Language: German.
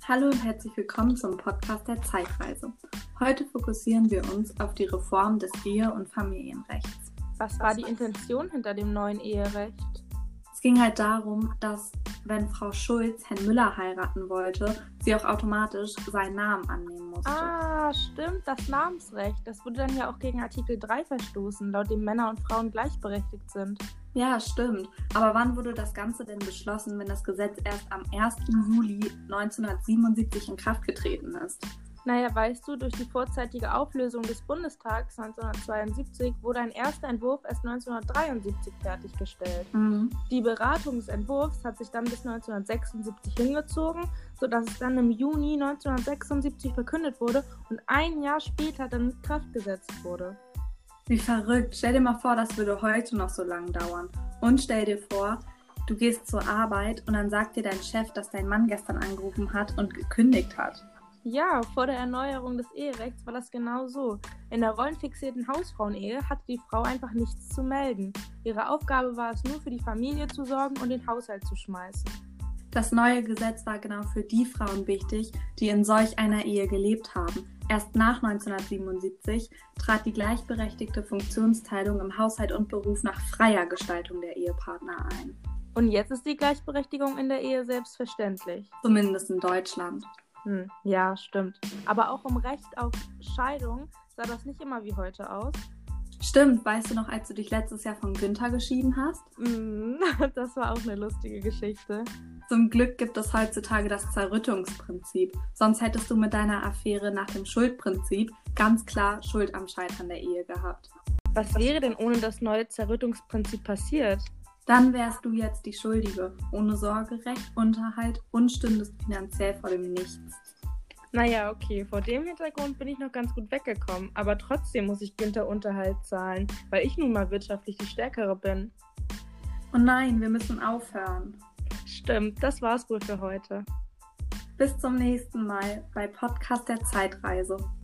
Hallo und herzlich willkommen zum Podcast der Zeitreise. Heute fokussieren wir uns auf die Reform des Ehe- und Familienrechts. Was war die Intention hinter dem neuen Eherecht? Es ging halt darum, dass wenn Frau Schulz Herrn Müller heiraten wollte, sie auch automatisch seinen Namen annehmen musste. Ah, stimmt, das Namensrecht. Das würde dann ja auch gegen Artikel 3 verstoßen, laut dem Männer und Frauen gleichberechtigt sind. Ja, stimmt. Aber wann wurde das Ganze denn beschlossen, wenn das Gesetz erst am 1. Juli 1977 in Kraft getreten ist? Naja, weißt du, durch die vorzeitige Auflösung des Bundestags 1972 wurde ein erster Entwurf erst 1973 fertiggestellt. Die Beratung des Entwurfs hat sich dann bis 1976 hingezogen, sodass es dann im Juni 1976 verkündet wurde und ein Jahr später dann in Kraft gesetzt wurde. Wie verrückt. Stell dir mal vor, das würde heute noch so lange dauern. Und stell dir vor, du gehst zur Arbeit und dann sagt dir dein Chef, dass dein Mann gestern angerufen hat und gekündigt hat. Ja, vor der Erneuerung des Eherechts war das genau so. In der rollenfixierten Hausfrauenehe hatte die Frau einfach nichts zu melden. Ihre Aufgabe war es nur, für die Familie zu sorgen und den Haushalt zu schmeißen. Das neue Gesetz war genau für die Frauen wichtig, die in solch einer Ehe gelebt haben. Erst nach 1977 trat die gleichberechtigte Funktionsteilung im Haushalt und Beruf nach freier Gestaltung der Ehepartner ein. Und jetzt ist die Gleichberechtigung in der Ehe selbstverständlich. Zumindest in Deutschland. Ja, stimmt. Aber auch im Recht auf Scheidung sah das nicht immer wie heute aus. Stimmt, weißt du noch, als du dich letztes Jahr von Günther geschieden hast? Das war auch eine lustige Geschichte. Zum Glück gibt es heutzutage das Zerrüttungsprinzip. Sonst hättest du mit deiner Affäre nach dem Schuldprinzip ganz klar Schuld am Scheitern der Ehe gehabt. Was wäre denn ohne das neue Zerrüttungsprinzip passiert? Dann wärst du jetzt die Schuldige, ohne Sorgerecht, Unterhalt und stündest finanziell vor dem Nichts. Naja, okay, vor dem Hintergrund bin ich noch ganz gut weggekommen, aber trotzdem muss ich Günther Unterhalt zahlen, weil ich nun mal wirtschaftlich die Stärkere bin. Oh nein, wir müssen aufhören. Stimmt, das war's wohl für heute. Bis zum nächsten Mal bei Podcast der Zeitreise.